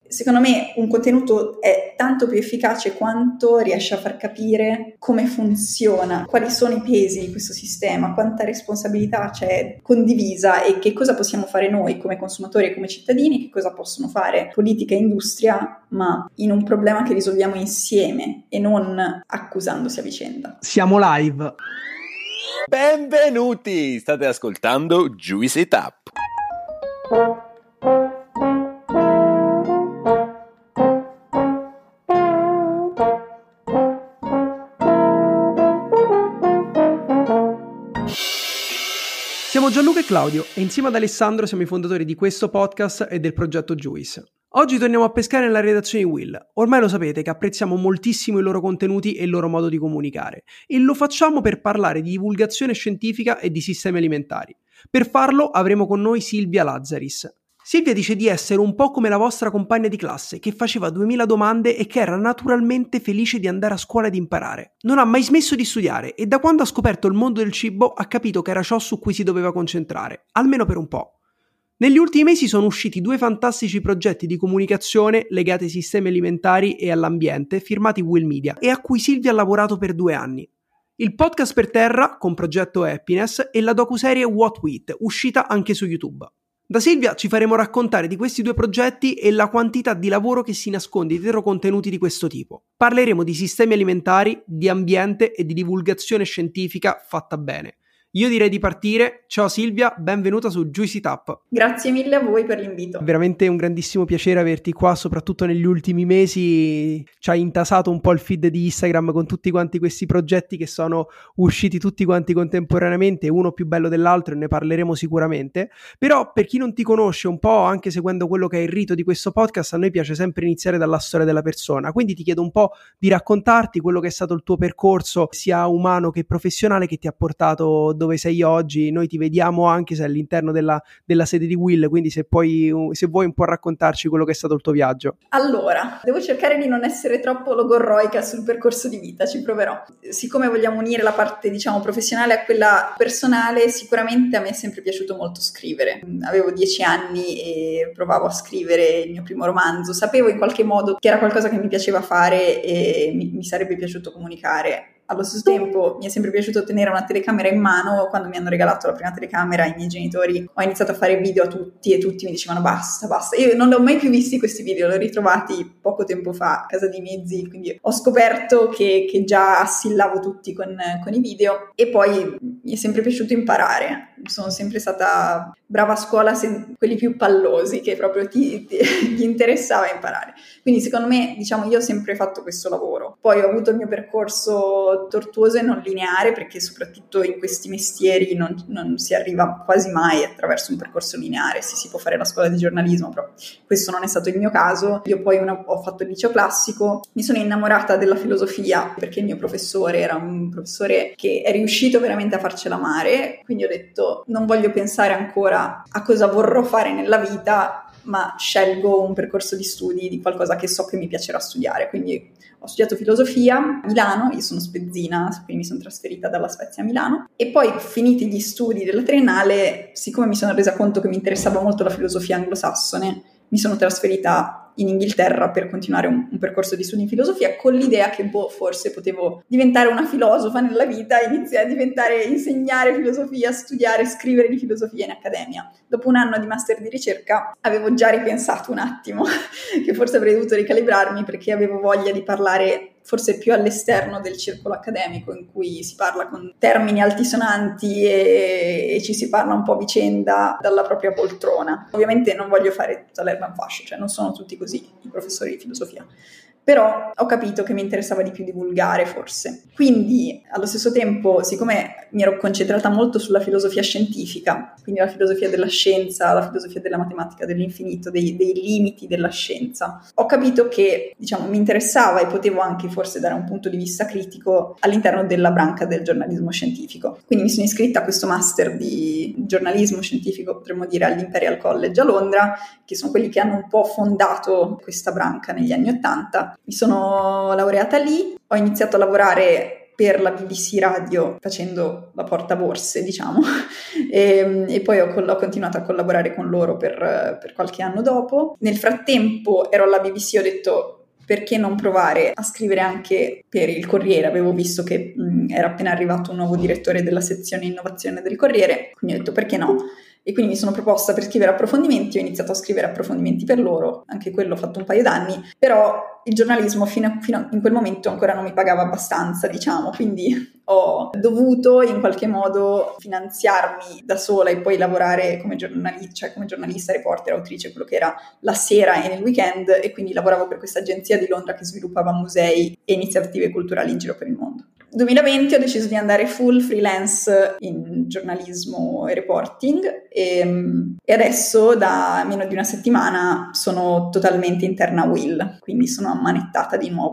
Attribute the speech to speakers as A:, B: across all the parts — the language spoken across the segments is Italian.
A: secondo me un contenuto è tanto più efficace quanto riesce a far capire come funziona, quali sono i pesi di questo sistema, quanta responsabilità c'è condivisa e che cosa possiamo fare noi come consumatori e come cittadini, che cosa possono fare politica e industria, ma in un problema che risolviamo insieme e non accusandosi a vicenda.
B: Siamo live.
C: Benvenuti! State ascoltando Juice It Up.
B: Siamo Gianluca e Claudio e insieme ad Alessandro siamo i fondatori di questo podcast e del progetto Juice. Oggi torniamo a pescare nella redazione di Will. Ormai lo sapete che apprezziamo moltissimo i loro contenuti e il loro modo di comunicare e lo facciamo per parlare di divulgazione scientifica e di sistemi alimentari. Per farlo avremo con noi Silvia Lazzaris. Silvia dice di essere un po' come la vostra compagna di classe che faceva 2000 domande e che era naturalmente felice di andare a scuola ed imparare. Non ha mai smesso di studiare e da quando ha scoperto il mondo del cibo ha capito che era ciò su cui si doveva concentrare, almeno per un po'. Negli ultimi mesi sono usciti 2 fantastici progetti di comunicazione legati ai sistemi alimentari e all'ambiente firmati Will Media e a cui Silvia ha lavorato per 2 anni. Il podcast per terra con progetto Happiness e la docuserie What We Eat, uscita anche su YouTube. Da Silvia ci faremo raccontare di questi 2 progetti e la quantità di lavoro che si nasconde dietro contenuti di questo tipo. Parleremo di sistemi alimentari, di ambiente e di divulgazione scientifica fatta bene. Io direi di partire. Ciao Silvia, benvenuta su Juice It Up.
A: Grazie mille a voi per l'invito.
B: È veramente un grandissimo piacere averti qua, soprattutto negli ultimi mesi. Ci hai intasato un po' il feed di Instagram con tutti quanti questi progetti che sono usciti tutti quanti contemporaneamente, uno più bello dell'altro e ne parleremo sicuramente. Però per chi non ti conosce un po', anche seguendo quello che è il rito di questo podcast, a noi piace sempre iniziare dalla storia della persona. Quindi ti chiedo un po' di raccontarti quello che è stato il tuo percorso, sia umano che professionale, che ti ha portato dove sei oggi. Noi ti vediamo anche se all'interno della sede di Will, quindi se vuoi un po' raccontarci quello che è stato il tuo viaggio.
A: Allora, devo cercare di non essere troppo logorroica sul percorso di vita, ci proverò. Siccome vogliamo unire la parte, professionale a quella personale, sicuramente a me è sempre piaciuto molto scrivere. Avevo 10 anni e provavo a scrivere il mio primo romanzo. Sapevo in qualche modo che era qualcosa che mi piaceva fare e mi sarebbe piaciuto comunicare. Allo stesso tempo mi è sempre piaciuto tenere una telecamera in mano. Quando mi hanno regalato la prima telecamera i miei genitori, ho iniziato a fare video a tutti e tutti mi dicevano basta. Io non li ho mai più visti questi video, li ho ritrovati poco tempo fa a casa dei miei zii, quindi ho scoperto che già assillavo tutti con i video. E poi mi è sempre piaciuto imparare. Sono sempre stata brava a scuola, quelli più pallosi che proprio gli interessava imparare. Quindi secondo me, io ho sempre fatto questo lavoro. Poi ho avuto il mio percorso tortuoso e non lineare, perché soprattutto in questi mestieri non si arriva quasi mai attraverso un percorso lineare. Si può fare la scuola di giornalismo, però questo non è stato il mio caso. Io poi ho fatto il liceo classico, mi sono innamorata della filosofia perché il mio professore era un professore che è riuscito veramente a farcela amare, quindi ho detto non voglio pensare ancora a cosa vorrò fare nella vita, ma scelgo un percorso di studi di qualcosa che so che mi piacerà studiare. Quindi ho studiato filosofia a Milano, io sono spezzina, quindi mi sono trasferita dalla Spezia a Milano, e poi finiti gli studi della triennale, siccome mi sono resa conto che mi interessava molto la filosofia anglosassone, mi sono trasferita in Inghilterra per continuare un percorso di studi in filosofia, con l'idea che forse potevo diventare una filosofa nella vita, iniziare a insegnare filosofia, studiare, scrivere di filosofia in accademia. Dopo un anno di master di ricerca avevo già ripensato un attimo che forse avrei dovuto ricalibrarmi, perché avevo voglia di parlare forse più all'esterno del circolo accademico, in cui si parla con termini altisonanti e ci si parla un po' a vicenda dalla propria poltrona. Ovviamente non voglio fare tutta l'erba in fascio, non sono tutti così i professori di filosofia. Però ho capito che mi interessava di più divulgare, forse. Quindi, allo stesso tempo, siccome mi ero concentrata molto sulla filosofia scientifica, quindi la filosofia della scienza, la filosofia della matematica, dell'infinito, dei limiti della scienza, ho capito che, mi interessava e potevo anche forse dare un punto di vista critico all'interno della branca del giornalismo scientifico. Quindi mi sono iscritta a questo master di giornalismo scientifico, potremmo dire, all'Imperial College a Londra, che sono quelli che hanno un po' fondato questa branca negli anni '80. Mi sono laureata lì, ho iniziato a lavorare per la BBC Radio facendo la portaborse, diciamo, e poi ho continuato a collaborare con loro per qualche anno dopo. Nel frattempo ero alla BBC, ho detto perché non provare a scrivere anche per il Corriere. Avevo visto che era appena arrivato un nuovo direttore della sezione innovazione del Corriere, quindi ho detto perché no? E quindi mi sono proposta per scrivere approfondimenti, ho iniziato a scrivere approfondimenti per loro, anche quello ho fatto un paio d'anni, però il giornalismo fino a in quel momento ancora non mi pagava abbastanza, diciamo, quindi ho dovuto in qualche modo finanziarmi da sola e poi lavorare come giornalista, reporter, autrice, quello che era la sera e nel weekend, e quindi lavoravo per questa agenzia di Londra che sviluppava musei e iniziative culturali in giro per il mondo. 2020 ho deciso di andare full freelance in giornalismo e reporting e adesso da meno di una settimana sono totalmente interna a Will, quindi sono ammanettata di nuovo.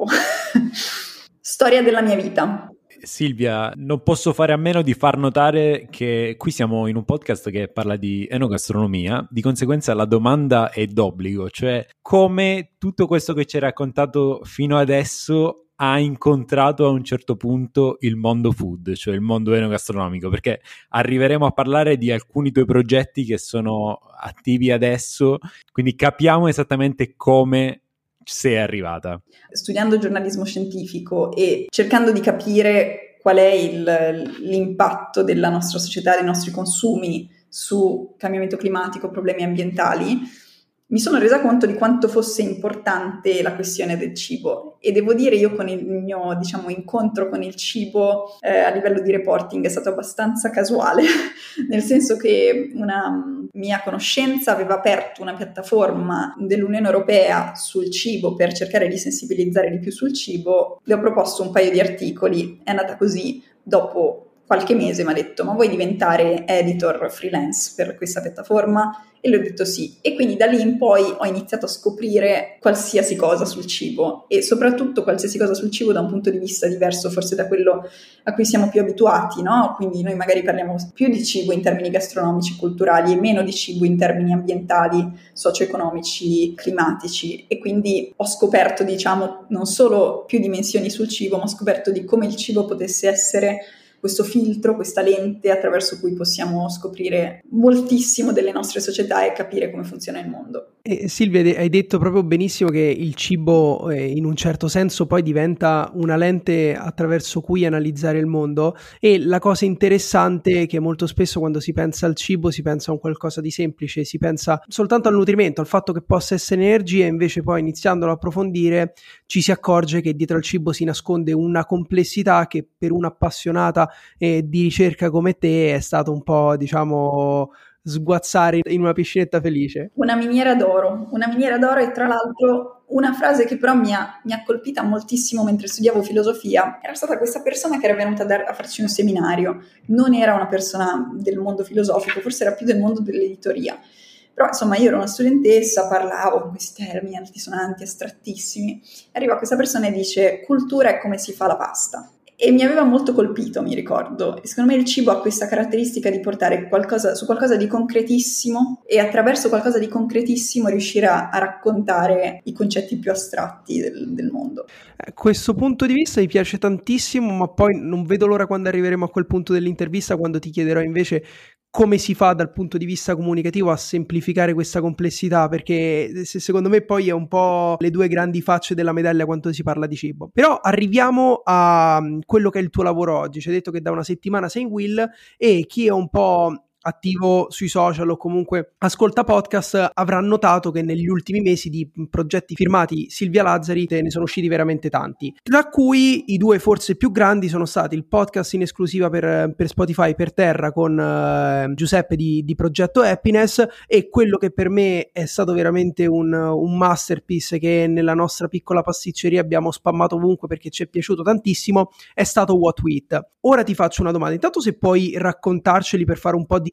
A: Storia della mia vita.
D: Silvia, non posso fare a meno di far notare che qui siamo in un podcast che parla di enogastronomia, di conseguenza la domanda è d'obbligo, cioè come tutto questo che ci hai raccontato fino adesso ha incontrato a un certo punto il mondo food, cioè il mondo enogastronomico, perché arriveremo a parlare di alcuni tuoi progetti che sono attivi adesso, quindi capiamo esattamente come sei arrivata.
A: Studiando giornalismo scientifico e cercando di capire qual è l'impatto della nostra società, dei nostri consumi su cambiamento climatico, problemi ambientali, mi sono resa conto di quanto fosse importante la questione del cibo, e devo dire io con il mio, diciamo, incontro con il cibo a livello di reporting è stato abbastanza casuale, nel senso che una mia conoscenza aveva aperto una piattaforma dell'Unione Europea sul cibo per cercare di sensibilizzare di più sul cibo. Le ho proposto un paio di articoli, è andata così. Dopo qualche mese mi ha detto: ma vuoi diventare editor freelance per questa piattaforma? E le ho detto sì, e quindi da lì in poi ho iniziato a scoprire qualsiasi cosa sul cibo, e soprattutto qualsiasi cosa sul cibo da un punto di vista diverso forse da quello a cui siamo più abituati, no? Quindi noi magari parliamo più di cibo in termini gastronomici, culturali, e meno di cibo in termini ambientali, socio-economici, climatici, e quindi ho scoperto, diciamo, non solo più dimensioni sul cibo, ma ho scoperto di come il cibo potesse essere questo filtro, questa lente attraverso cui possiamo scoprire moltissimo delle nostre società e capire come funziona il mondo.
B: E Silvia, hai detto proprio benissimo che il cibo in un certo senso poi diventa una lente attraverso cui analizzare il mondo, e la cosa interessante è che molto spesso quando si pensa al cibo si pensa a un qualcosa di semplice, si pensa soltanto al nutrimento, al fatto che possa essere energia, e invece poi iniziandolo a approfondire ci si accorge che dietro al cibo si nasconde una complessità che per un'appassionata di ricerca come te è stato un po', diciamo, sguazzare in una piscinetta felice.
A: Una miniera d'oro, e tra l'altro una frase che però mi ha colpita moltissimo mentre studiavo filosofia era stata questa persona che era venuta a farci un seminario. Non era una persona del mondo filosofico, forse era più del mondo dell'editoria, però insomma io ero una studentessa, parlavo con questi termini altisonanti, astrattissimi, arriva questa persona e dice: cultura è come si fa la pasta. E mi aveva molto colpito, mi ricordo, e secondo me il cibo ha questa caratteristica di portare su qualcosa di concretissimo, e attraverso qualcosa di concretissimo riuscire a raccontare i concetti più astratti del mondo.
B: Questo punto di vista mi piace tantissimo, ma poi non vedo l'ora quando arriveremo a quel punto dell'intervista, quando ti chiederò invece come si fa dal punto di vista comunicativo a semplificare questa complessità, perché secondo me poi è un po' le due grandi facce della medaglia quando si parla di cibo. Però arriviamo a quello che è il tuo lavoro oggi. Ci hai detto che da una settimana sei in Will, e chi è un po' attivo sui social o comunque ascolta podcast avrà notato che negli ultimi mesi di progetti firmati Silvia Lazzari ne sono usciti veramente tanti, tra cui i due forse più grandi sono stati il podcast in esclusiva per Spotify, Per Terra, con Giuseppe di Progetto Happiness, e quello che per me è stato veramente un masterpiece che nella nostra piccola pasticceria abbiamo spammato ovunque perché ci è piaciuto tantissimo, è stato What We Eat. Ora ti faccio una domanda, intanto se puoi raccontarceli per fare un po' di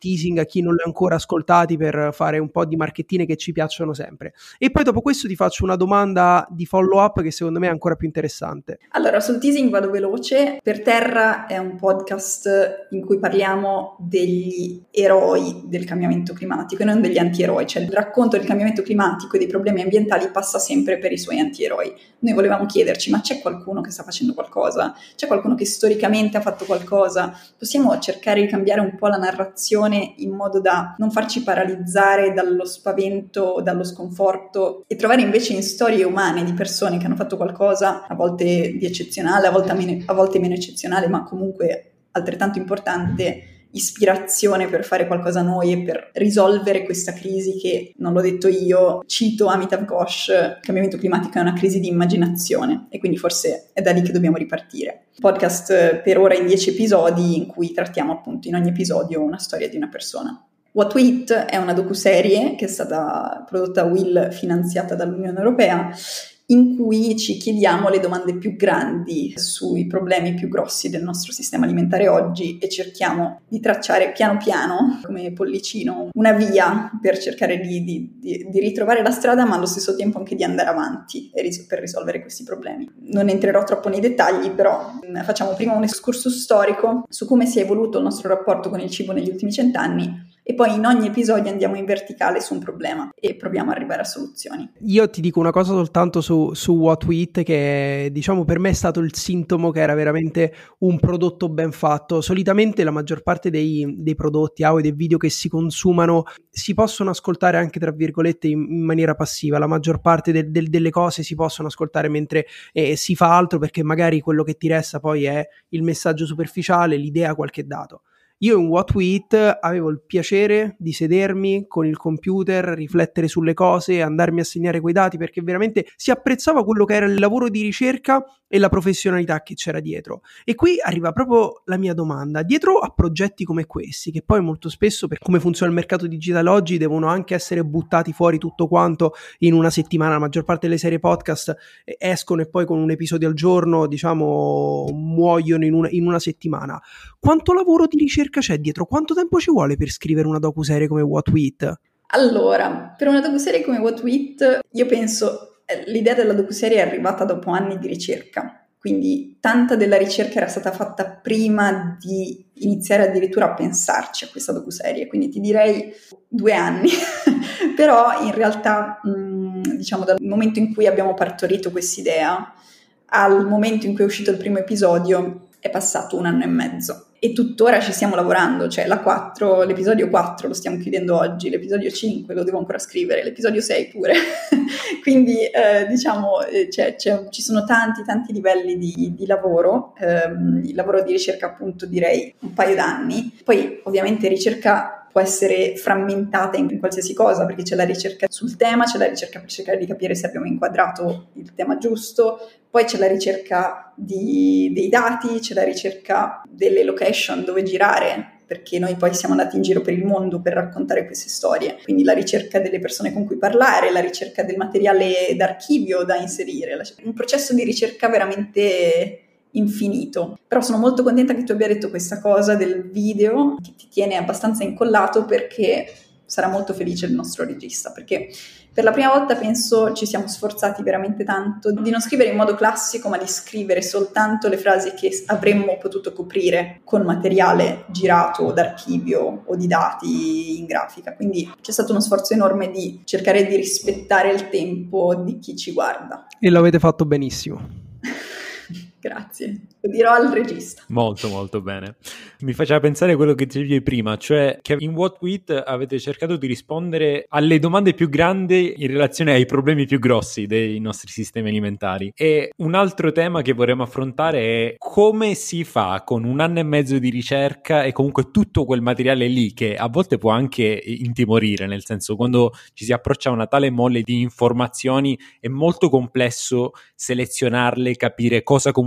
B: teasing a chi non li ha ancora ascoltati per fare un po' di marchettine che ci piacciono sempre. E poi dopo questo ti faccio una domanda di follow up che secondo me è ancora più interessante.
A: Allora, sul teasing vado veloce. Per Terra è un podcast in cui parliamo degli eroi del cambiamento climatico e non degli antieroi, cioè il racconto del cambiamento climatico e dei problemi ambientali passa sempre per i suoi antieroi. Noi volevamo chiederci, ma c'è qualcuno che sta facendo qualcosa? C'è qualcuno che storicamente ha fatto qualcosa? Possiamo cercare di cambiare un po' la narrazione in modo da non farci paralizzare dallo spavento, dallo sconforto e trovare invece in storie umane di persone che hanno fatto qualcosa, a volte di eccezionale, a volte meno eccezionale, ma comunque altrettanto importante, ispirazione per fare qualcosa noi e per risolvere questa crisi che, non l'ho detto io, cito Amitav Ghosh, il cambiamento climatico è una crisi di immaginazione e quindi forse è da lì che dobbiamo ripartire. Podcast per ora in 10 episodi in cui trattiamo appunto in ogni episodio una storia di una persona. What We Eat è una docuserie che è stata prodotta a Will, finanziata dall'Unione Europea, in cui ci chiediamo le domande più grandi sui problemi più grossi del nostro sistema alimentare oggi e cerchiamo di tracciare piano piano, come pollicino, una via per cercare di ritrovare la strada, ma allo stesso tempo anche di andare avanti per risolvere questi problemi. Non entrerò troppo nei dettagli, però facciamo prima un excursus storico su come si è evoluto il nostro rapporto con il cibo negli ultimi 100 anni e poi in ogni episodio andiamo in verticale su un problema e proviamo ad arrivare a soluzioni.
B: Io ti dico una cosa soltanto su What We Eat, che diciamo per me è stato il sintomo che era veramente un prodotto ben fatto. Solitamente la maggior parte dei prodotti audio e dei video che si consumano si possono ascoltare anche tra virgolette in maniera passiva, la maggior parte delle cose si possono ascoltare mentre si fa altro, perché magari quello che ti resta poi è il messaggio superficiale, l'idea, qualche dato. Io in What We Eat avevo il piacere di sedermi con il computer, riflettere sulle cose, andarmi a segnare quei dati, perché veramente si apprezzava quello che era il lavoro di ricerca e la professionalità che c'era dietro. E qui arriva proprio la mia domanda. Dietro a progetti come questi, che poi molto spesso, per come funziona il mercato digitale oggi, devono anche essere buttati fuori tutto quanto in una settimana. La maggior parte delle serie podcast escono e poi con un episodio al giorno, diciamo, muoiono in una settimana. Quanto lavoro di ricerca c'è dietro? Quanto tempo ci vuole per scrivere una docuserie come What We Eat?
A: Allora, per una docuserie come What We Eat, io penso l'idea della docuserie è arrivata dopo anni di ricerca, quindi tanta della ricerca era stata fatta prima di iniziare addirittura a pensarci a questa docuserie, quindi ti direi 2 anni, però in realtà diciamo dal momento in cui abbiamo partorito quest'idea al momento in cui è uscito il primo episodio è passato 1 anno e mezzo. E tuttora ci stiamo lavorando, cioè l'episodio 4 lo stiamo chiudendo oggi, l'episodio 5 lo devo ancora scrivere, l'episodio 6 pure, quindi diciamo ci sono tanti livelli di lavoro, il lavoro di ricerca appunto direi un paio d'anni, poi ovviamente ricerca può essere frammentata in qualsiasi cosa, perché c'è la ricerca sul tema, c'è la ricerca per cercare di capire se abbiamo inquadrato il tema giusto, poi c'è la ricerca dei dati, c'è la ricerca delle location dove girare, perché noi poi siamo andati in giro per il mondo per raccontare queste storie, quindi la ricerca delle persone con cui parlare, la ricerca del materiale d'archivio da inserire, un processo di ricerca veramente infinito. Però sono molto contenta che tu abbia detto questa cosa del video, che ti tiene abbastanza incollato, perché sarà molto felice il nostro regista, perché per la prima volta penso ci siamo sforzati veramente tanto di non scrivere in modo classico, ma di scrivere soltanto le frasi che avremmo potuto coprire con materiale girato d'archivio o di dati in grafica. Quindi c'è stato uno sforzo enorme di cercare di rispettare il tempo di chi ci guarda.
B: E lo avete fatto benissimo.
A: Grazie, lo dirò al regista.
D: Molto molto bene. Mi faceva pensare a quello che dicevi prima, cioè che in What We Eat avete cercato di rispondere alle domande più grandi in relazione ai problemi più grossi dei nostri sistemi alimentari. E un altro tema che vorremmo affrontare è come si fa con 1 anno e mezzo di ricerca e comunque tutto quel materiale lì, che a volte può anche intimorire, nel senso, quando ci si approccia a una tale mole di informazioni è molto complesso selezionarle, capire cosa comunicare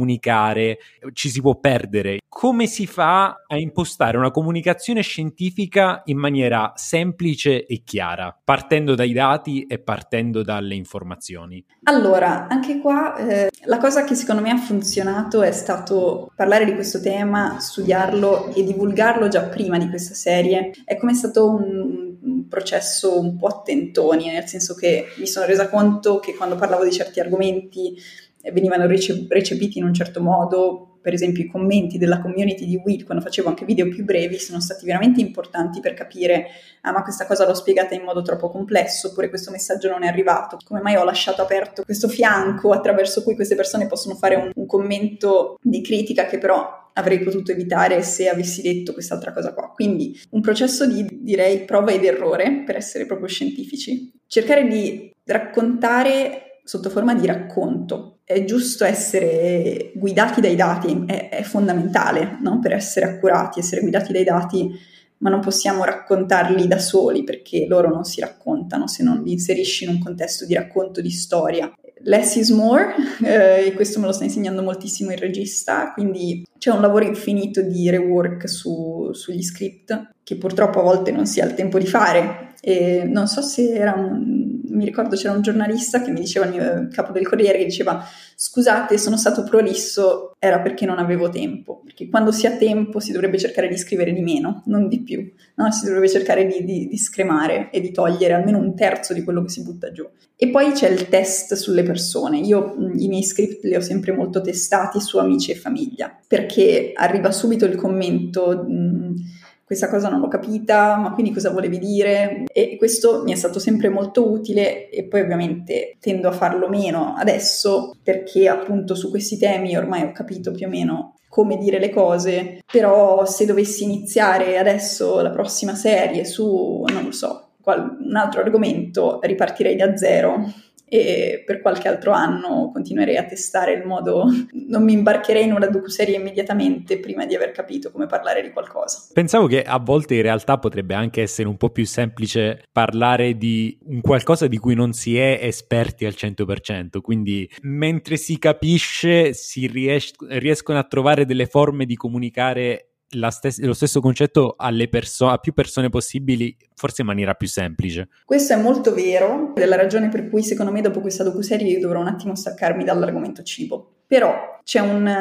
D: comunicare, ci si può perdere. Come si fa a impostare una comunicazione scientifica in maniera semplice e chiara, partendo dai dati e partendo dalle informazioni?
A: Allora, anche qua la cosa che secondo me ha funzionato è stato parlare di questo tema, studiarlo e divulgarlo già prima di questa serie. È come stato un processo un po' a tentoni, nel senso che mi sono resa conto che quando parlavo di certi argomenti venivano recepiti in un certo modo. Per esempio i commenti della community di Will, quando facevo anche video più brevi, sono stati veramente importanti per capire ma questa cosa l'ho spiegata in modo troppo complesso, oppure questo messaggio non è arrivato, come mai ho lasciato aperto questo fianco attraverso cui queste persone possono fare un commento di critica che però avrei potuto evitare se avessi detto quest'altra cosa qua. Quindi un processo di, direi, prova ed errore, per essere proprio scientifici. Cercare di raccontare sotto forma di racconto. È giusto essere guidati dai dati, è fondamentale, no? Per essere accurati, essere guidati dai dati, ma non possiamo raccontarli da soli perché loro non si raccontano se non li inserisci in un contesto di racconto di storia. Less is more, e questo me lo sta insegnando moltissimo il regista, quindi c'è un lavoro infinito di rework sugli script che purtroppo a volte non si ha il tempo di fare. E non so se era mi ricordo c'era un giornalista che mi diceva, il capo del Corriere, che diceva: scusate, sono stato prolisso, era perché non avevo tempo, perché quando si ha tempo si dovrebbe cercare di scrivere di meno, non di più, no? Si dovrebbe cercare di scremare e di togliere almeno un terzo di quello che si butta giù. E poi c'è il test sulle persone. Io i miei script li ho sempre molto testati su amici e famiglia, perché arriva subito il commento: questa cosa non l'ho capita, ma quindi cosa volevi dire? E questo mi è stato sempre molto utile, e poi ovviamente tendo a farlo meno adesso perché appunto su questi temi ormai ho capito più o meno come dire le cose, però se dovessi iniziare adesso la prossima serie su, non lo so, un altro argomento, ripartirei da zero. E per qualche altro anno continuerei a testare il modo, non mi imbarcherei in una docuserie immediatamente prima di aver capito come parlare di qualcosa.
D: Pensavo che a volte in realtà potrebbe anche essere un po' più semplice parlare di un qualcosa di cui non si è esperti al 100%, quindi mentre si capisce si riescono a trovare delle forme di comunicare lo stesso concetto a più persone possibili, forse in maniera più semplice.
A: Questo è molto vero, ed è la ragione per cui secondo me dopo questa docuserie io dovrò un attimo staccarmi dall'argomento cibo. Però c'è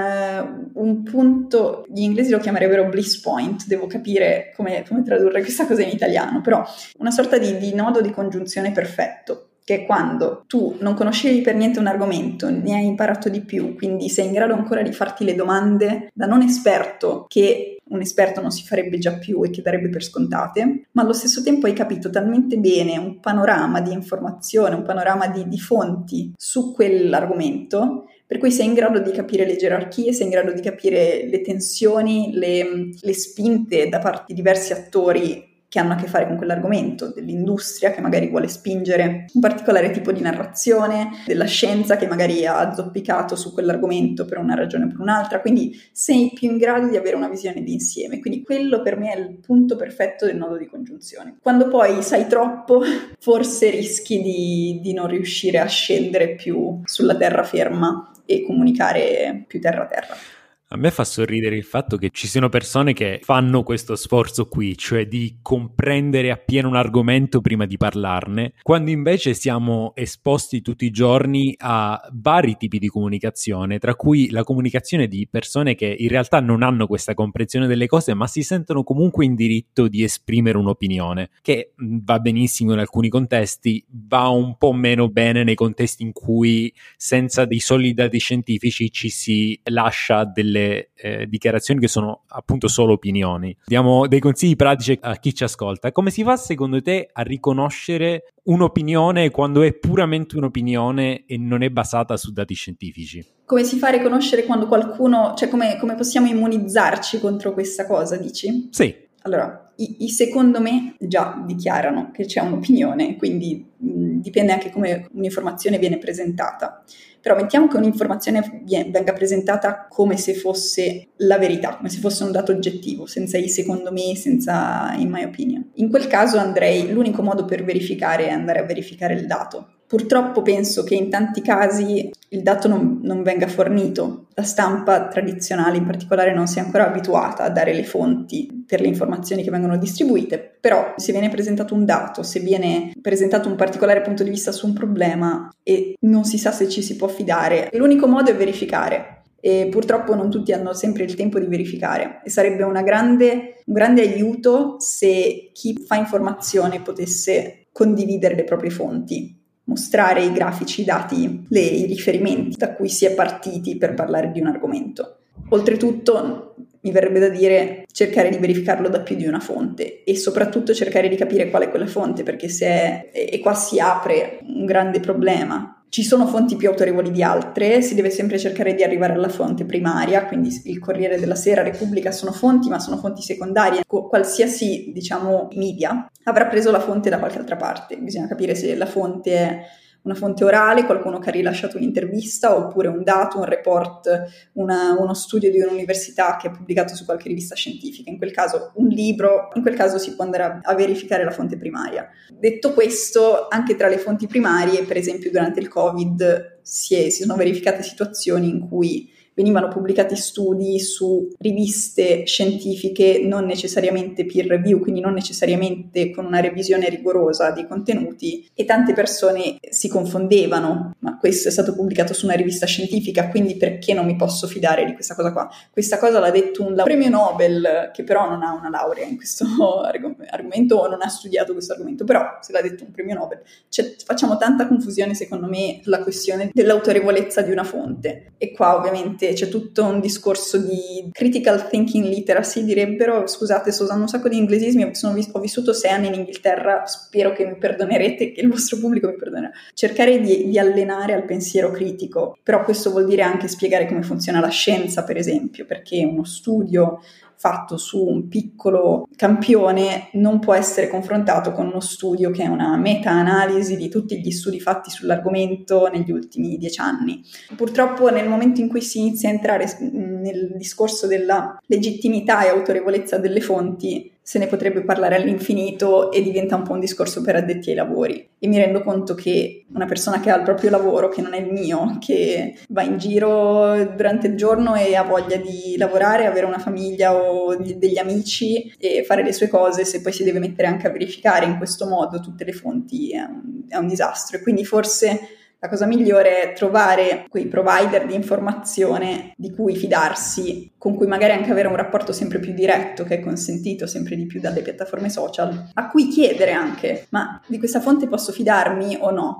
A: un punto, gli inglesi lo chiamerebbero bliss point, devo capire come tradurre questa cosa in italiano, però una sorta di nodo di congiunzione perfetto, che è quando tu non conoscevi per niente un argomento, ne hai imparato di più, quindi sei in grado ancora di farti le domande da non esperto che un esperto non si farebbe già più e che darebbe per scontate, ma allo stesso tempo hai capito talmente bene un panorama di informazione, un panorama di fonti su quell'argomento, per cui sei in grado di capire le gerarchie, sei in grado di capire le tensioni, le spinte da parte di diversi attori che hanno a che fare con quell'argomento, dell'industria che magari vuole spingere un particolare tipo di narrazione, della scienza che magari ha zoppicato su quell'argomento per una ragione o per un'altra, quindi sei più in grado di avere una visione d'insieme, quindi quello per me è il punto perfetto del nodo di congiunzione. Quando poi sai troppo, forse rischi di non riuscire a scendere più sulla terraferma e comunicare più terra-terra.
D: A me fa sorridere il fatto che ci siano persone che fanno questo sforzo qui, cioè di comprendere appieno un argomento prima di parlarne, quando invece siamo esposti tutti i giorni a vari tipi di comunicazione, tra cui la comunicazione di persone che in realtà non hanno questa comprensione delle cose, ma si sentono comunque in diritto di esprimere un'opinione, che va benissimo in alcuni contesti, va un po' meno bene nei contesti in cui senza dei solidi dati scientifici ci si lascia delle dichiarazioni che sono appunto solo opinioni. Diamo dei consigli pratici a chi ci ascolta. Come si fa secondo te a riconoscere un'opinione quando è puramente un'opinione e non è basata su dati scientifici?
A: Come si fa a riconoscere quando qualcuno, cioè come possiamo immunizzarci contro questa cosa, dici?
D: Sì.
A: Allora, secondo me già dichiarano che c'è un'opinione, quindi dipende anche come un'informazione viene presentata. Però mettiamo che un'informazione venga presentata come se fosse la verità, come se fosse un dato oggettivo, senza i secondo me, senza in my opinion. In quel caso l'unico modo per verificare è andare a verificare il dato. Purtroppo penso che in tanti casi il dato non venga fornito. La stampa tradizionale in particolare non si è ancora abituata a dare le fonti per le informazioni che vengono distribuite, però se viene presentato un dato, se viene presentato un particolare punto di vista su un problema e non si sa se ci si può fidare, l'unico modo è verificare. E purtroppo non tutti hanno sempre il tempo di verificare e sarebbe un grande aiuto se chi fa informazione potesse condividere le proprie fonti, mostrare i grafici, i dati, i riferimenti da cui si è partiti per parlare di un argomento. Oltretutto, mi verrebbe da dire, cercare di verificarlo da più di una fonte e soprattutto cercare di capire qual è quella fonte, perché e qua si apre un grande problema. Ci sono fonti più autorevoli di altre, si deve sempre cercare di arrivare alla fonte primaria, quindi il Corriere della Sera, Repubblica sono fonti, ma sono fonti secondarie. Qualsiasi, media avrà preso la fonte da qualche altra parte. Bisogna capire se la fonte è una fonte orale, qualcuno che ha rilasciato un'intervista, oppure un dato, un report, uno studio di un'università che è pubblicato su qualche rivista scientifica. In quel caso un libro, in quel caso si può andare a verificare la fonte primaria. Detto questo, anche tra le fonti primarie, per esempio durante il Covid, si sono verificate situazioni in cui venivano pubblicati studi su riviste scientifiche non necessariamente peer review, quindi non necessariamente con una revisione rigorosa dei contenuti, e tante persone si confondevano, ma questo è stato pubblicato su una rivista scientifica, quindi perché non mi posso fidare di questa cosa qua? Questa cosa l'ha detto un premio Nobel, che però non ha una laurea in questo argomento o non ha studiato questo argomento, però se l'ha detto un premio Nobel, facciamo tanta confusione secondo me sulla questione dell'autorevolezza di una fonte, e qua ovviamente c'è tutto un discorso di critical thinking literacy, direbbero. Scusate, sto usando un sacco di inglesismi, ho vissuto 6 anni in Inghilterra, spero che mi perdonerete, che il vostro pubblico mi perdonerà. Cercare di allenare al pensiero critico, però questo vuol dire anche spiegare come funziona la scienza, per esempio, perché uno studio fatto su un piccolo campione non può essere confrontato con uno studio che è una meta-analisi di tutti gli studi fatti sull'argomento negli ultimi 10 anni. Purtroppo nel momento in cui si inizia a entrare nel discorso della legittimità e autorevolezza delle fonti, se ne potrebbe parlare all'infinito e diventa un po' un discorso per addetti ai lavori. E mi rendo conto che una persona che ha il proprio lavoro, che non è il mio, che va in giro durante il giorno e ha voglia di lavorare, avere una famiglia o degli amici e fare le sue cose, se poi si deve mettere anche a verificare in questo modo tutte le fonti, è un disastro. E quindi forse la cosa migliore è trovare quei provider di informazione di cui fidarsi, con cui magari anche avere un rapporto sempre più diretto, che è consentito sempre di più dalle piattaforme social, a cui chiedere anche: ma di questa fonte posso fidarmi o no?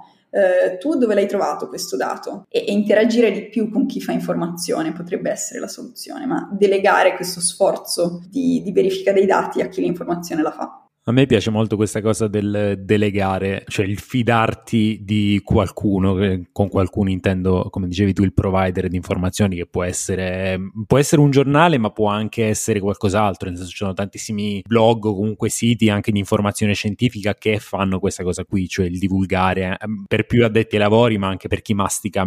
A: Tu dove l'hai trovato questo dato? E interagire di più con chi fa informazione potrebbe essere la soluzione, ma delegare questo sforzo di verifica dei dati a chi l'informazione la fa.
D: A me piace molto questa cosa del delegare, cioè il fidarti di qualcuno, con qualcuno intendo, come dicevi tu, il provider di informazioni, che può essere un giornale, ma può anche essere qualcos'altro, nel senso ci sono tantissimi blog o comunque siti anche di informazione scientifica che fanno questa cosa qui, cioè il divulgare per più addetti ai lavori, ma anche per chi mastica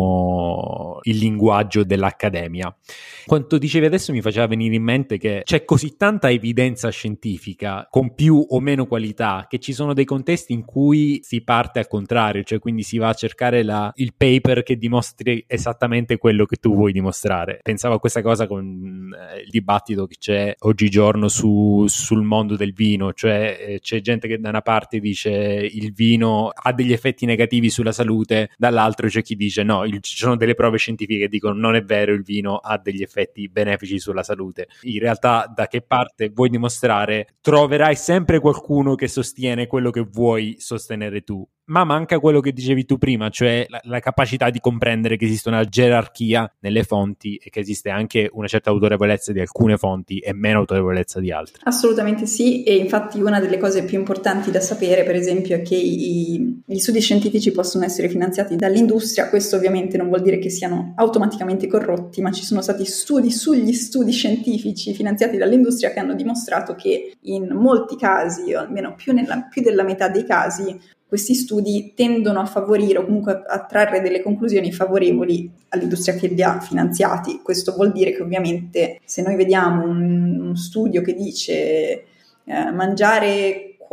D: meno il linguaggio dell'accademia. Quanto dicevi adesso mi faceva venire in mente che c'è così tanta evidenza scientifica con più o meno qualità che ci sono dei contesti in cui si parte al contrario, cioè quindi si va a cercare il paper che dimostri esattamente quello che tu vuoi dimostrare. Pensavo a questa cosa con il dibattito che c'è oggigiorno sul mondo del vino, cioè c'è gente che da una parte dice il vino ha degli effetti negativi sulla salute, dall'altro c'è chi dice no, ci sono delle prove scientifiche che dicono non è vero, il vino ha degli effetti benefici sulla salute. In realtà da che parte vuoi dimostrare, troverai sempre qualcuno che sostiene quello che vuoi sostenere tu, ma manca quello che dicevi tu prima, cioè la capacità di comprendere che esiste una gerarchia nelle fonti e che esiste anche una certa autorevolezza di alcune fonti e meno autorevolezza di altre.
A: Assolutamente sì, e infatti una delle cose più importanti da sapere, per esempio, è che gli studi scientifici possono essere finanziati dall'industria. Questo ovviamente non vuol dire che siano automaticamente corrotti, ma ci sono stati studi sugli studi scientifici finanziati dall'industria che hanno dimostrato che in molti casi, o almeno più della metà dei casi, questi studi tendono a favorire o comunque a trarre delle conclusioni favorevoli all'industria che li ha finanziati. Questo vuol dire che ovviamente se noi vediamo uno studio che dice mangiare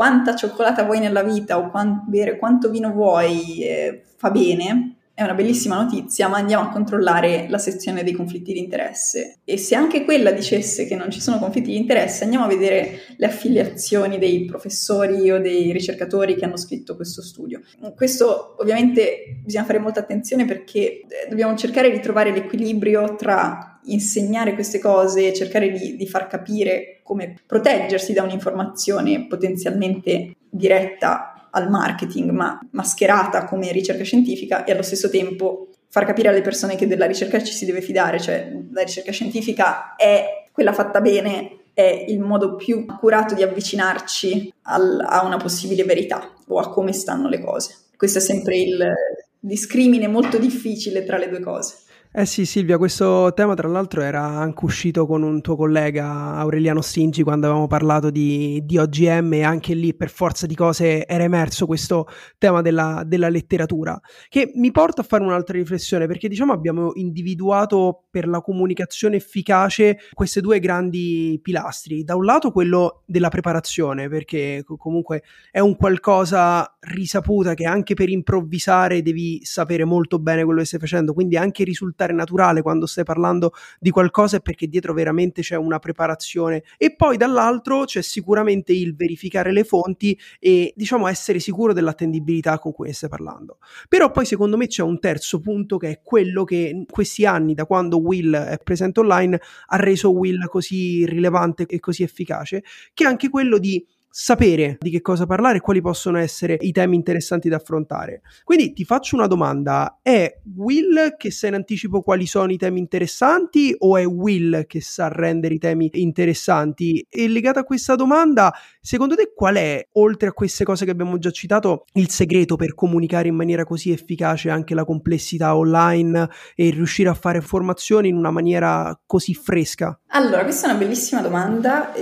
A: quanta cioccolata vuoi nella vita o bere quanto vino vuoi fa bene, è una bellissima notizia, ma andiamo a controllare la sezione dei conflitti di interesse. E se anche quella dicesse che non ci sono conflitti di interesse, andiamo a vedere le affiliazioni dei professori o dei ricercatori che hanno scritto questo studio. Questo ovviamente bisogna fare molta attenzione, perché dobbiamo cercare di trovare l'equilibrio tra insegnare queste cose e cercare di far capire come proteggersi da un'informazione potenzialmente diretta al marketing, ma mascherata come ricerca scientifica, e allo stesso tempo far capire alle persone che della ricerca ci si deve fidare, cioè la ricerca scientifica è quella fatta bene, è il modo più accurato di avvicinarci a una possibile verità o a come stanno le cose. Questo è sempre il discrimine molto difficile tra le due cose.
B: Eh sì, Silvia, questo tema tra l'altro era anche uscito con un tuo collega Aureliano Stingi quando avevamo parlato di OGM, e anche lì per forza di cose era emerso questo tema della letteratura, che mi porta a fare un'altra riflessione, perché diciamo abbiamo individuato per la comunicazione efficace queste due grandi pilastri. Da un lato quello della preparazione, perché comunque è un qualcosa risaputa che anche per improvvisare devi sapere molto bene quello che stai facendo, quindi anche risultare naturale quando stai parlando di qualcosa è perché dietro veramente c'è una preparazione. E poi dall'altro c'è sicuramente il verificare le fonti e diciamo essere sicuro dell'attendibilità con cui ne stai parlando. Però poi secondo me c'è un terzo punto, che è quello che in questi anni, da quando Will è presente online, ha reso Will così rilevante e così efficace, che è anche quello di sapere di che cosa parlare e quali possono essere i temi interessanti da affrontare. Quindi ti faccio una domanda: è Will che sa in anticipo quali sono i temi interessanti, o è Will che sa rendere i temi interessanti? E legato a questa domanda, secondo te qual è, oltre a queste cose che abbiamo già citato, il segreto per comunicare in maniera così efficace anche la complessità online e riuscire a fare formazioni in una maniera così fresca?
A: Allora, questa è una bellissima domanda.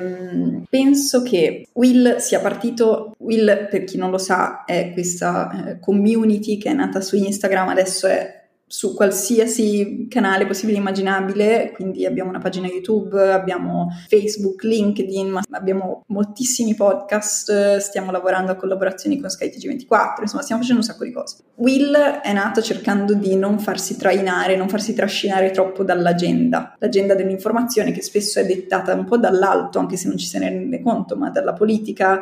A: Penso che Will sia partito. Will, per chi non lo sa, è questa community che è nata su Instagram, adesso è su qualsiasi canale possibile e immaginabile, quindi abbiamo una pagina YouTube, abbiamo Facebook, LinkedIn, ma abbiamo moltissimi podcast, stiamo lavorando a collaborazioni con SkyTG24, insomma stiamo facendo un sacco di cose. Will è nato cercando di non farsi trainare, non farsi trascinare troppo l'agenda dell'informazione, che spesso è dettata un po' dall'alto, anche se non ci se ne rende conto, ma dalla politica,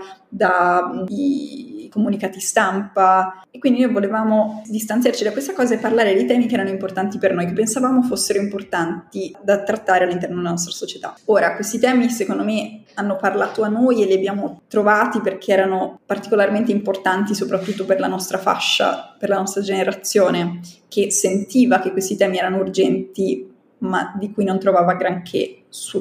A: dai comunicati stampa, e quindi noi volevamo distanziarci da questa cosa e parlare di temi che erano importanti per noi, che pensavamo fossero importanti da trattare all'interno della nostra società. Ora, questi temi secondo me hanno parlato a noi e li abbiamo trovati perché erano particolarmente importanti soprattutto per la nostra fascia, per la nostra generazione, che sentiva che questi temi erano urgenti ma di cui non trovava granché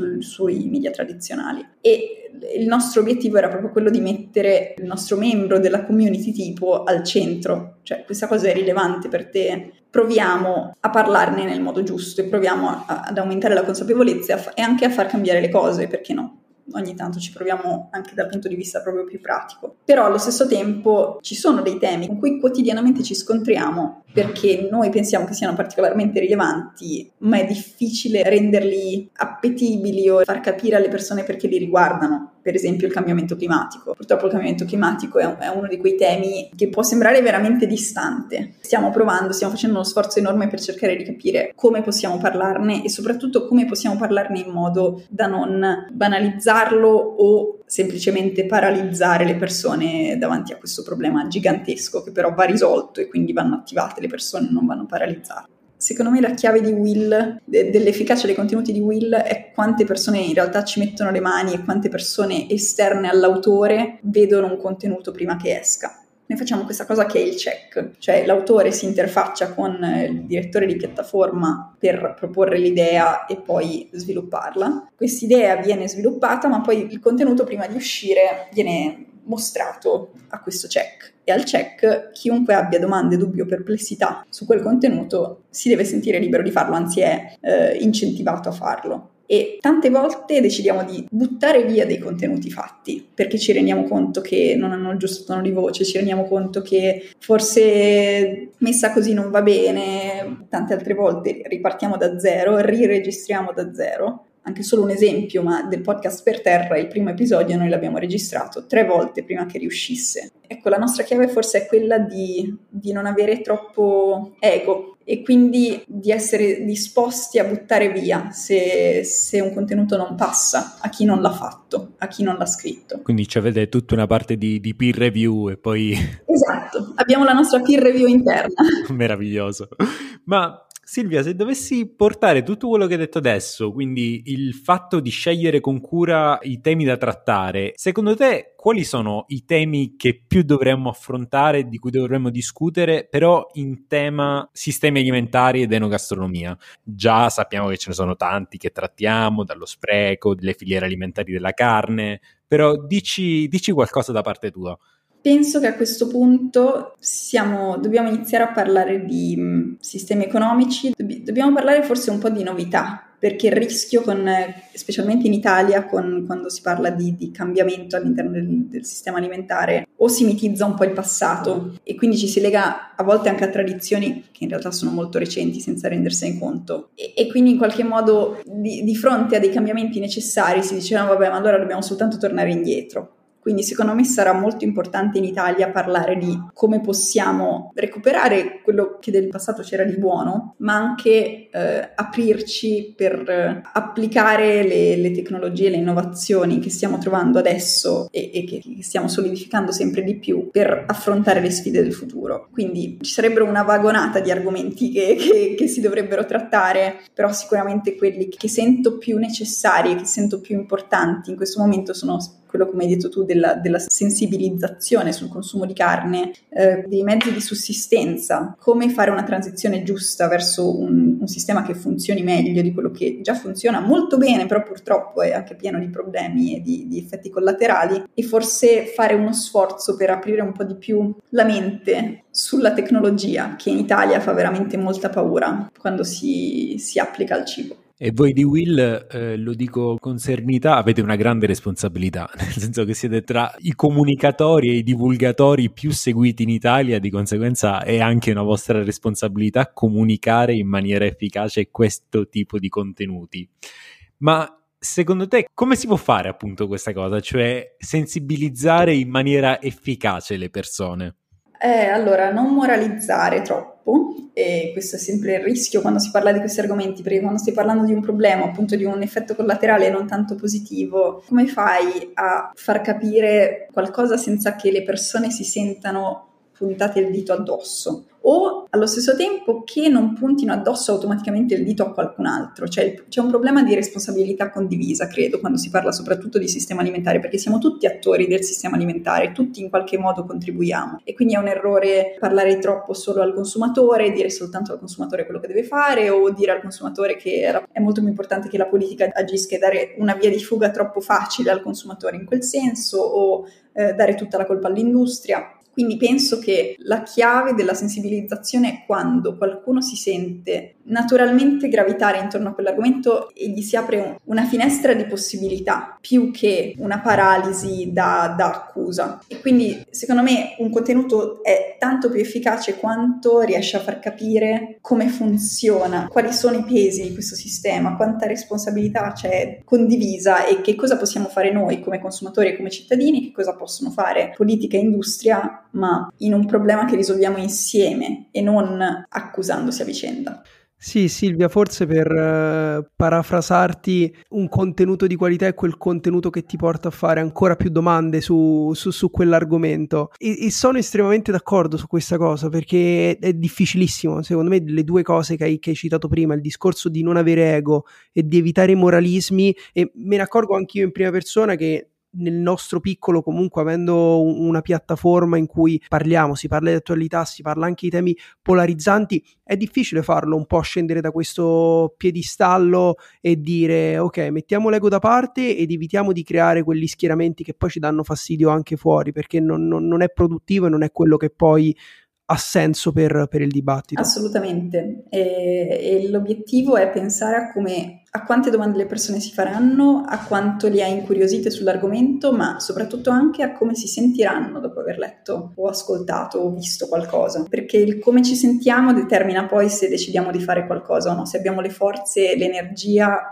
A: sui media tradizionali. E il nostro obiettivo era proprio quello di mettere il nostro membro della community tipo al centro, cioè questa cosa è rilevante per te, proviamo a parlarne nel modo giusto e proviamo ad aumentare la consapevolezza e anche a far cambiare le cose, perché no? Ogni tanto ci proviamo anche dal punto di vista proprio più pratico. Però allo stesso tempo ci sono dei temi con cui quotidianamente ci scontriamo perché noi pensiamo che siano particolarmente rilevanti, ma è difficile renderli appetibili o far capire alle persone perché li riguardano. Per esempio il cambiamento climatico. Purtroppo il cambiamento climatico è uno di quei temi che può sembrare veramente distante. Stiamo facendo uno sforzo enorme per cercare di capire come possiamo parlarne e soprattutto come possiamo parlarne in modo da non banalizzarlo o semplicemente paralizzare le persone davanti a questo problema gigantesco che però va risolto e quindi vanno attivate le persone, non vanno paralizzate. Secondo me la chiave di Will, dell'efficacia dei contenuti di Will, è quante persone in realtà ci mettono le mani e quante persone esterne all'autore vedono un contenuto prima che esca. Noi facciamo questa cosa che è il check, cioè l'autore si interfaccia con il direttore di piattaforma per proporre l'idea e poi svilupparla. Quest'idea viene sviluppata, ma poi il contenuto prima di uscire viene mostrato a questo check. E al check chiunque abbia domande, dubbi o perplessità su quel contenuto si deve sentire libero di farlo, anzi è incentivato a farlo. E tante volte decidiamo di buttare via dei contenuti fatti perché ci rendiamo conto che non hanno il giusto tono di voce, ci rendiamo conto che forse messa così non va bene, tante altre volte ripartiamo da zero, riregistriamo da zero, anche solo un esempio, ma del podcast Per Terra, il primo episodio noi l'abbiamo registrato 3 volte prima che riuscisse. Ecco, la nostra chiave forse è quella di non avere troppo ego e quindi di essere disposti a buttare via se un contenuto non passa a chi non l'ha fatto, a chi non l'ha scritto.
D: Quindi avete tutta una parte di peer review e poi...
A: Esatto, abbiamo la nostra peer review interna.
D: Meraviglioso. Ma Silvia, se dovessi portare tutto quello che hai detto adesso, quindi il fatto di scegliere con cura i temi da trattare, secondo te quali sono i temi che più dovremmo affrontare, di cui dovremmo discutere, però in tema sistemi alimentari ed enogastronomia? Già sappiamo che ce ne sono tanti che trattiamo, dallo spreco, delle filiere alimentari della carne, però dici qualcosa da parte tua.
A: Penso che a questo punto dobbiamo iniziare a parlare di sistemi economici, dobbiamo parlare forse un po' di novità, perché il rischio, specialmente in Italia, quando si parla di cambiamento all'interno del sistema alimentare, o si mitizza un po' il passato e quindi ci si lega a volte anche a tradizioni che in realtà sono molto recenti senza rendersene conto, e quindi in qualche modo di fronte a dei cambiamenti necessari si dice no vabbè, ma allora dobbiamo soltanto tornare indietro. Quindi secondo me sarà molto importante in Italia parlare di come possiamo recuperare quello che del passato c'era di buono, ma anche aprirci per applicare le tecnologie, le innovazioni che stiamo trovando adesso e che stiamo solidificando sempre di più per affrontare le sfide del futuro. Quindi ci sarebbero una vagonata di argomenti che si dovrebbero trattare, però sicuramente quelli che sento più necessari e che sento più importanti in questo momento sono quello, come hai detto tu, della sensibilizzazione sul consumo di carne, dei mezzi di sussistenza, come fare una transizione giusta verso un sistema che funzioni meglio di quello che già funziona molto bene, però purtroppo è anche pieno di problemi e di effetti collaterali, e forse fare uno sforzo per aprire un po' di più la mente sulla tecnologia, che in Italia fa veramente molta paura quando si applica al cibo.
D: E voi di Will, lo dico con serenità, avete una grande responsabilità, nel senso che siete tra i comunicatori e i divulgatori più seguiti in Italia, di conseguenza è anche una vostra responsabilità comunicare in maniera efficace questo tipo di contenuti. Ma secondo te come si può fare appunto questa cosa, cioè sensibilizzare in maniera efficace le persone?
A: Allora, non moralizzare troppo, e questo è sempre il rischio quando si parla di questi argomenti, perché quando stai parlando di un problema, appunto di un effetto collaterale non tanto positivo, come fai a far capire qualcosa senza che le persone si sentano puntate il dito addosso? O allo stesso tempo che non puntino addosso automaticamente il dito a qualcun altro. Cioè c'è un problema di responsabilità condivisa, credo, quando si parla soprattutto di sistema alimentare, perché siamo tutti attori del sistema alimentare, tutti in qualche modo contribuiamo, e quindi è un errore parlare troppo solo al consumatore, dire soltanto al consumatore quello che deve fare, o dire al consumatore che è molto più importante che la politica agisca e dare una via di fuga troppo facile al consumatore in quel senso, o dare tutta la colpa all'industria. Quindi penso che la chiave della sensibilizzazione è quando qualcuno si sente naturalmente gravitare intorno a quell'argomento e gli si apre una finestra di possibilità più che una paralisi da accusa. E quindi secondo me un contenuto è tanto più efficace quanto riesce a far capire come funziona, quali sono i pesi di questo sistema, quanta responsabilità c'è condivisa e che cosa possiamo fare noi come consumatori e come cittadini, che cosa possono fare politica e industria, ma in un problema che risolviamo insieme e non accusandosi a vicenda.
B: Sì, Silvia, forse per parafrasarti, un contenuto di qualità è quel contenuto che ti porta a fare ancora più domande su quell'argomento. E sono estremamente d'accordo su questa cosa, perché è difficilissimo. Secondo me le due cose che hai citato prima, il discorso di non avere ego e di evitare i moralismi, e me ne accorgo anche io in prima persona che nel nostro piccolo, comunque, avendo una piattaforma in cui si parla di attualità, si parla anche di temi polarizzanti, è difficile farlo un po' scendere da questo piedistallo e dire ok, mettiamo l'ego da parte ed evitiamo di creare quegli schieramenti che poi ci danno fastidio anche fuori, perché non è produttivo e non è quello che poi ha senso per il dibattito.
A: Assolutamente, e l'obiettivo è pensare a quante domande le persone si faranno, a quanto li ha incuriosite sull'argomento, ma soprattutto anche a come si sentiranno dopo aver letto o ascoltato o visto qualcosa, perché il come ci sentiamo determina poi se decidiamo di fare qualcosa o no, se abbiamo le forze e l'energia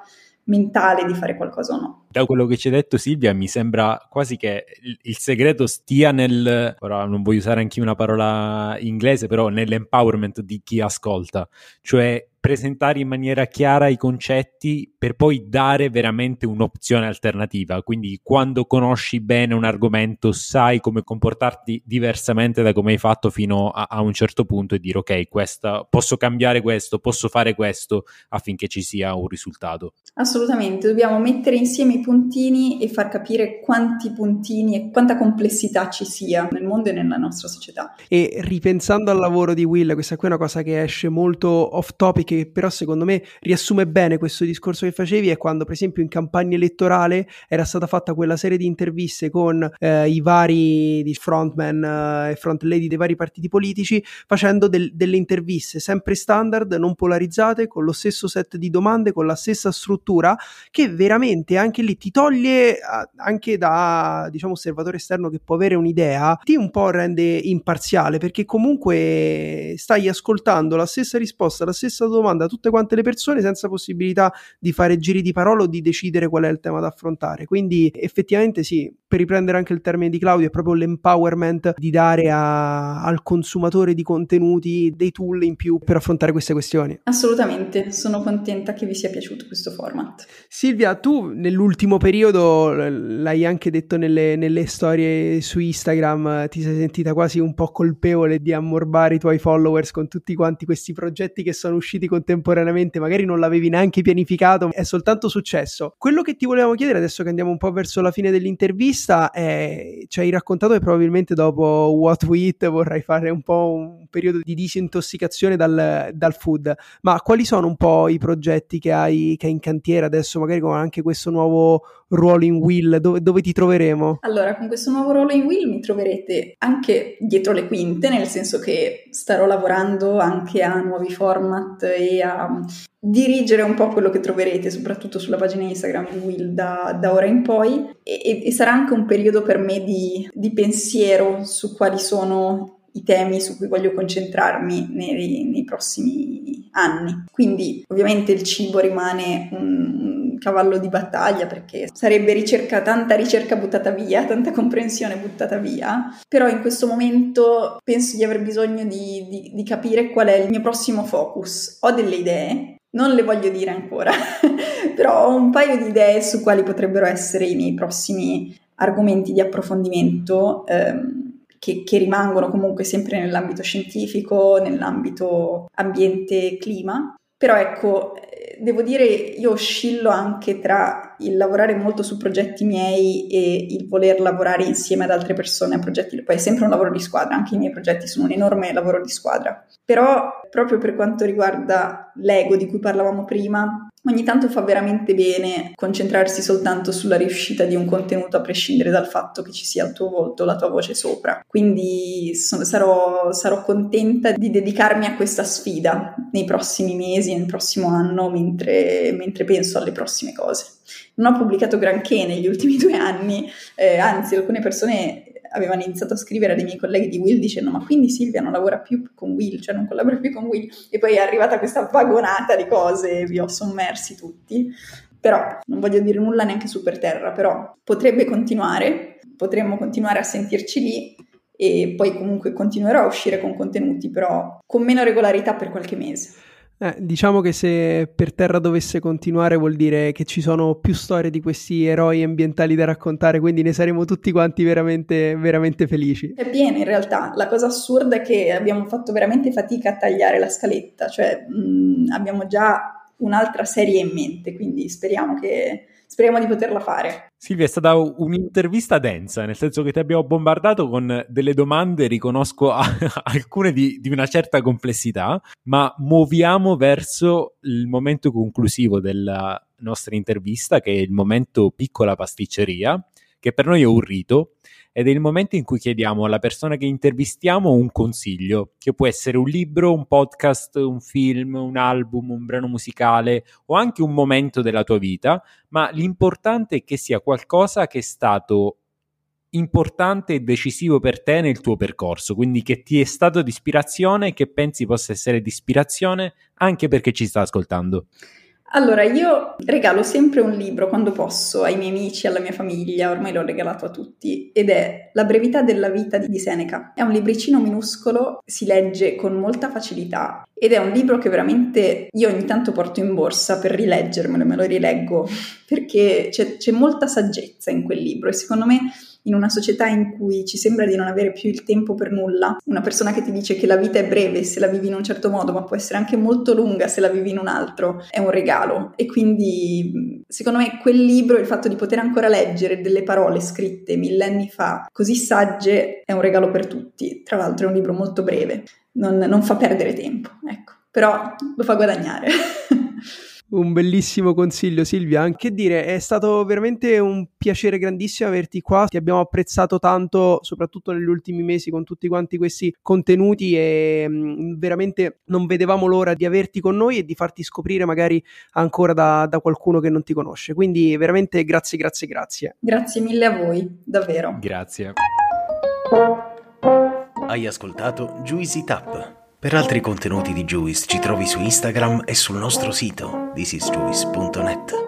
A: mentale di fare qualcosa o no.
D: Da quello che ci hai detto, Silvia, mi sembra quasi che il segreto stia ora non voglio usare anche una parola inglese, però nell'empowerment di chi ascolta, cioè presentare in maniera chiara i concetti per poi dare veramente un'opzione alternativa. Quindi quando conosci bene un argomento sai come comportarti diversamente da come hai fatto fino a un certo punto e dire ok, posso cambiare questo, posso fare questo affinché ci sia un risultato.
A: Assolutamente, dobbiamo mettere insieme i puntini e far capire quanti puntini e quanta complessità ci sia nel mondo e nella nostra società.
B: E ripensando al lavoro di Will, questa qui è una cosa che esce molto off topic, che però secondo me riassume bene questo discorso che facevi, è quando per esempio in campagna elettorale era stata fatta quella serie di interviste con i vari frontman e front lady dei vari partiti politici, facendo delle interviste sempre standard, non polarizzate, con lo stesso set di domande, con la stessa struttura, che veramente anche lì ti toglie, anche da diciamo osservatore esterno che può avere un'idea, ti un po' rende imparziale, perché comunque stai ascoltando la stessa risposta, la stessa domanda a tutte quante le persone, senza possibilità di fare giri di parola o di decidere qual è il tema da affrontare. Quindi effettivamente sì, per riprendere anche il termine di Claudio, è proprio l'empowerment di dare al consumatore di contenuti dei tool in più per affrontare queste questioni.
A: Assolutamente, sono contenta che vi sia piaciuto questo format.
B: Silvia, tu nell'ultimo periodo, l'hai anche detto nelle storie su Instagram, ti sei sentita quasi un po' colpevole di ammorbare i tuoi followers con tutti quanti questi progetti che sono usciti contemporaneamente, magari non l'avevi neanche pianificato, è soltanto successo. Quello che ti volevamo chiedere adesso che andiamo un po' verso la fine dell'intervista è, ci hai raccontato che probabilmente dopo What We Eat vorrai fare un po' un periodo di disintossicazione dal food, ma quali sono un po' i progetti che hai in cantiere adesso, magari con anche questo nuovo ruolo in Will, dove ti troveremo?
A: Allora, con questo nuovo ruolo in Will mi troverete anche dietro le quinte, nel senso che starò lavorando anche a nuovi format e a dirigere un po' quello che troverete, soprattutto sulla pagina Instagram di Will da ora in poi, e sarà anche un periodo per me di pensiero su quali sono i temi su cui voglio concentrarmi nei prossimi anni. Quindi ovviamente il cibo rimane un cavallo di battaglia, perché sarebbe tanta ricerca buttata via, tanta comprensione buttata via, però in questo momento penso di aver bisogno di capire qual è il mio prossimo focus. Ho delle idee, non le voglio dire ancora, però ho un paio di idee su quali potrebbero essere i miei prossimi argomenti di approfondimento, che rimangono comunque sempre nell'ambito scientifico, nell'ambito ambiente e clima. Però ecco, devo dire, io oscillo anche tra il lavorare molto su progetti miei e il voler lavorare insieme ad altre persone a progetti. Poi è sempre un lavoro di squadra, anche i miei progetti sono un enorme lavoro di squadra. Però proprio per quanto riguarda l'ego di cui parlavamo prima, ogni tanto fa veramente bene concentrarsi soltanto sulla riuscita di un contenuto, a prescindere dal fatto che ci sia il tuo volto, la tua voce sopra. Quindi sarò contenta di dedicarmi a questa sfida nei prossimi mesi, nel prossimo anno, mentre penso alle prossime cose. Non ho pubblicato granché negli ultimi 2 anni, anzi alcune persone avevano iniziato a scrivere a dei miei colleghi di Will dicendo: ma quindi Silvia non lavora più con Will, cioè non collabora più con Will? E poi è arrivata questa vagonata di cose e vi ho sommersi tutti. Però non voglio dire nulla neanche su per terra, però potremmo continuare a sentirci lì, e poi comunque continuerò a uscire con contenuti, però con meno regolarità per qualche mese.
B: Diciamo che se per terra dovesse continuare vuol dire che ci sono più storie di questi eroi ambientali da raccontare, quindi ne saremo tutti quanti veramente, veramente felici.
A: È pieno in realtà, la cosa assurda è che abbiamo fatto veramente fatica a tagliare la scaletta, cioè abbiamo già un'altra serie in mente, quindi speriamo di poterla fare.
D: Silvia, è stata un'intervista densa, nel senso che ti abbiamo bombardato con delle domande, riconosco alcune di una certa complessità, ma muoviamo verso il momento conclusivo della nostra intervista, che è il momento piccola pasticceria, che per noi è un rito, ed è il momento in cui chiediamo alla persona che intervistiamo un consiglio, che può essere un libro, un podcast, un film, un album, un brano musicale o anche un momento della tua vita, ma l'importante è che sia qualcosa che è stato importante e decisivo per te nel tuo percorso, quindi che ti è stato di ispirazione e che pensi possa essere di ispirazione anche per chi ci sta ascoltando.
A: Allora, io regalo sempre un libro quando posso ai miei amici, alla mia famiglia, ormai l'ho regalato a tutti, ed è La brevità della vita di Seneca. È un libricino minuscolo, si legge con molta facilità ed è un libro che veramente io ogni tanto porto in borsa per rileggermelo e me lo rileggo perché c'è molta saggezza in quel libro e secondo me in una società in cui ci sembra di non avere più il tempo per nulla, una persona che ti dice che la vita è breve se la vivi in un certo modo, ma può essere anche molto lunga se la vivi in un altro, è un regalo. E quindi, secondo me, quel libro, il fatto di poter ancora leggere delle parole scritte millenni fa, così sagge, è un regalo per tutti. Tra l'altro è un libro molto breve, non fa perdere tempo, ecco. Però lo fa guadagnare.
B: Un bellissimo consiglio, Silvia. Che dire, è stato veramente un piacere grandissimo averti qua. Ti abbiamo apprezzato tanto, soprattutto negli ultimi mesi, con tutti quanti questi contenuti e veramente non vedevamo l'ora di averti con noi e di farti scoprire magari ancora da qualcuno che non ti conosce. Quindi veramente grazie.
A: Grazie mille a voi, davvero.
D: Grazie.
E: Hai ascoltato Juicy Tap. Per altri contenuti di Juice ci trovi su Instagram e sul nostro sito thisisjuice.net.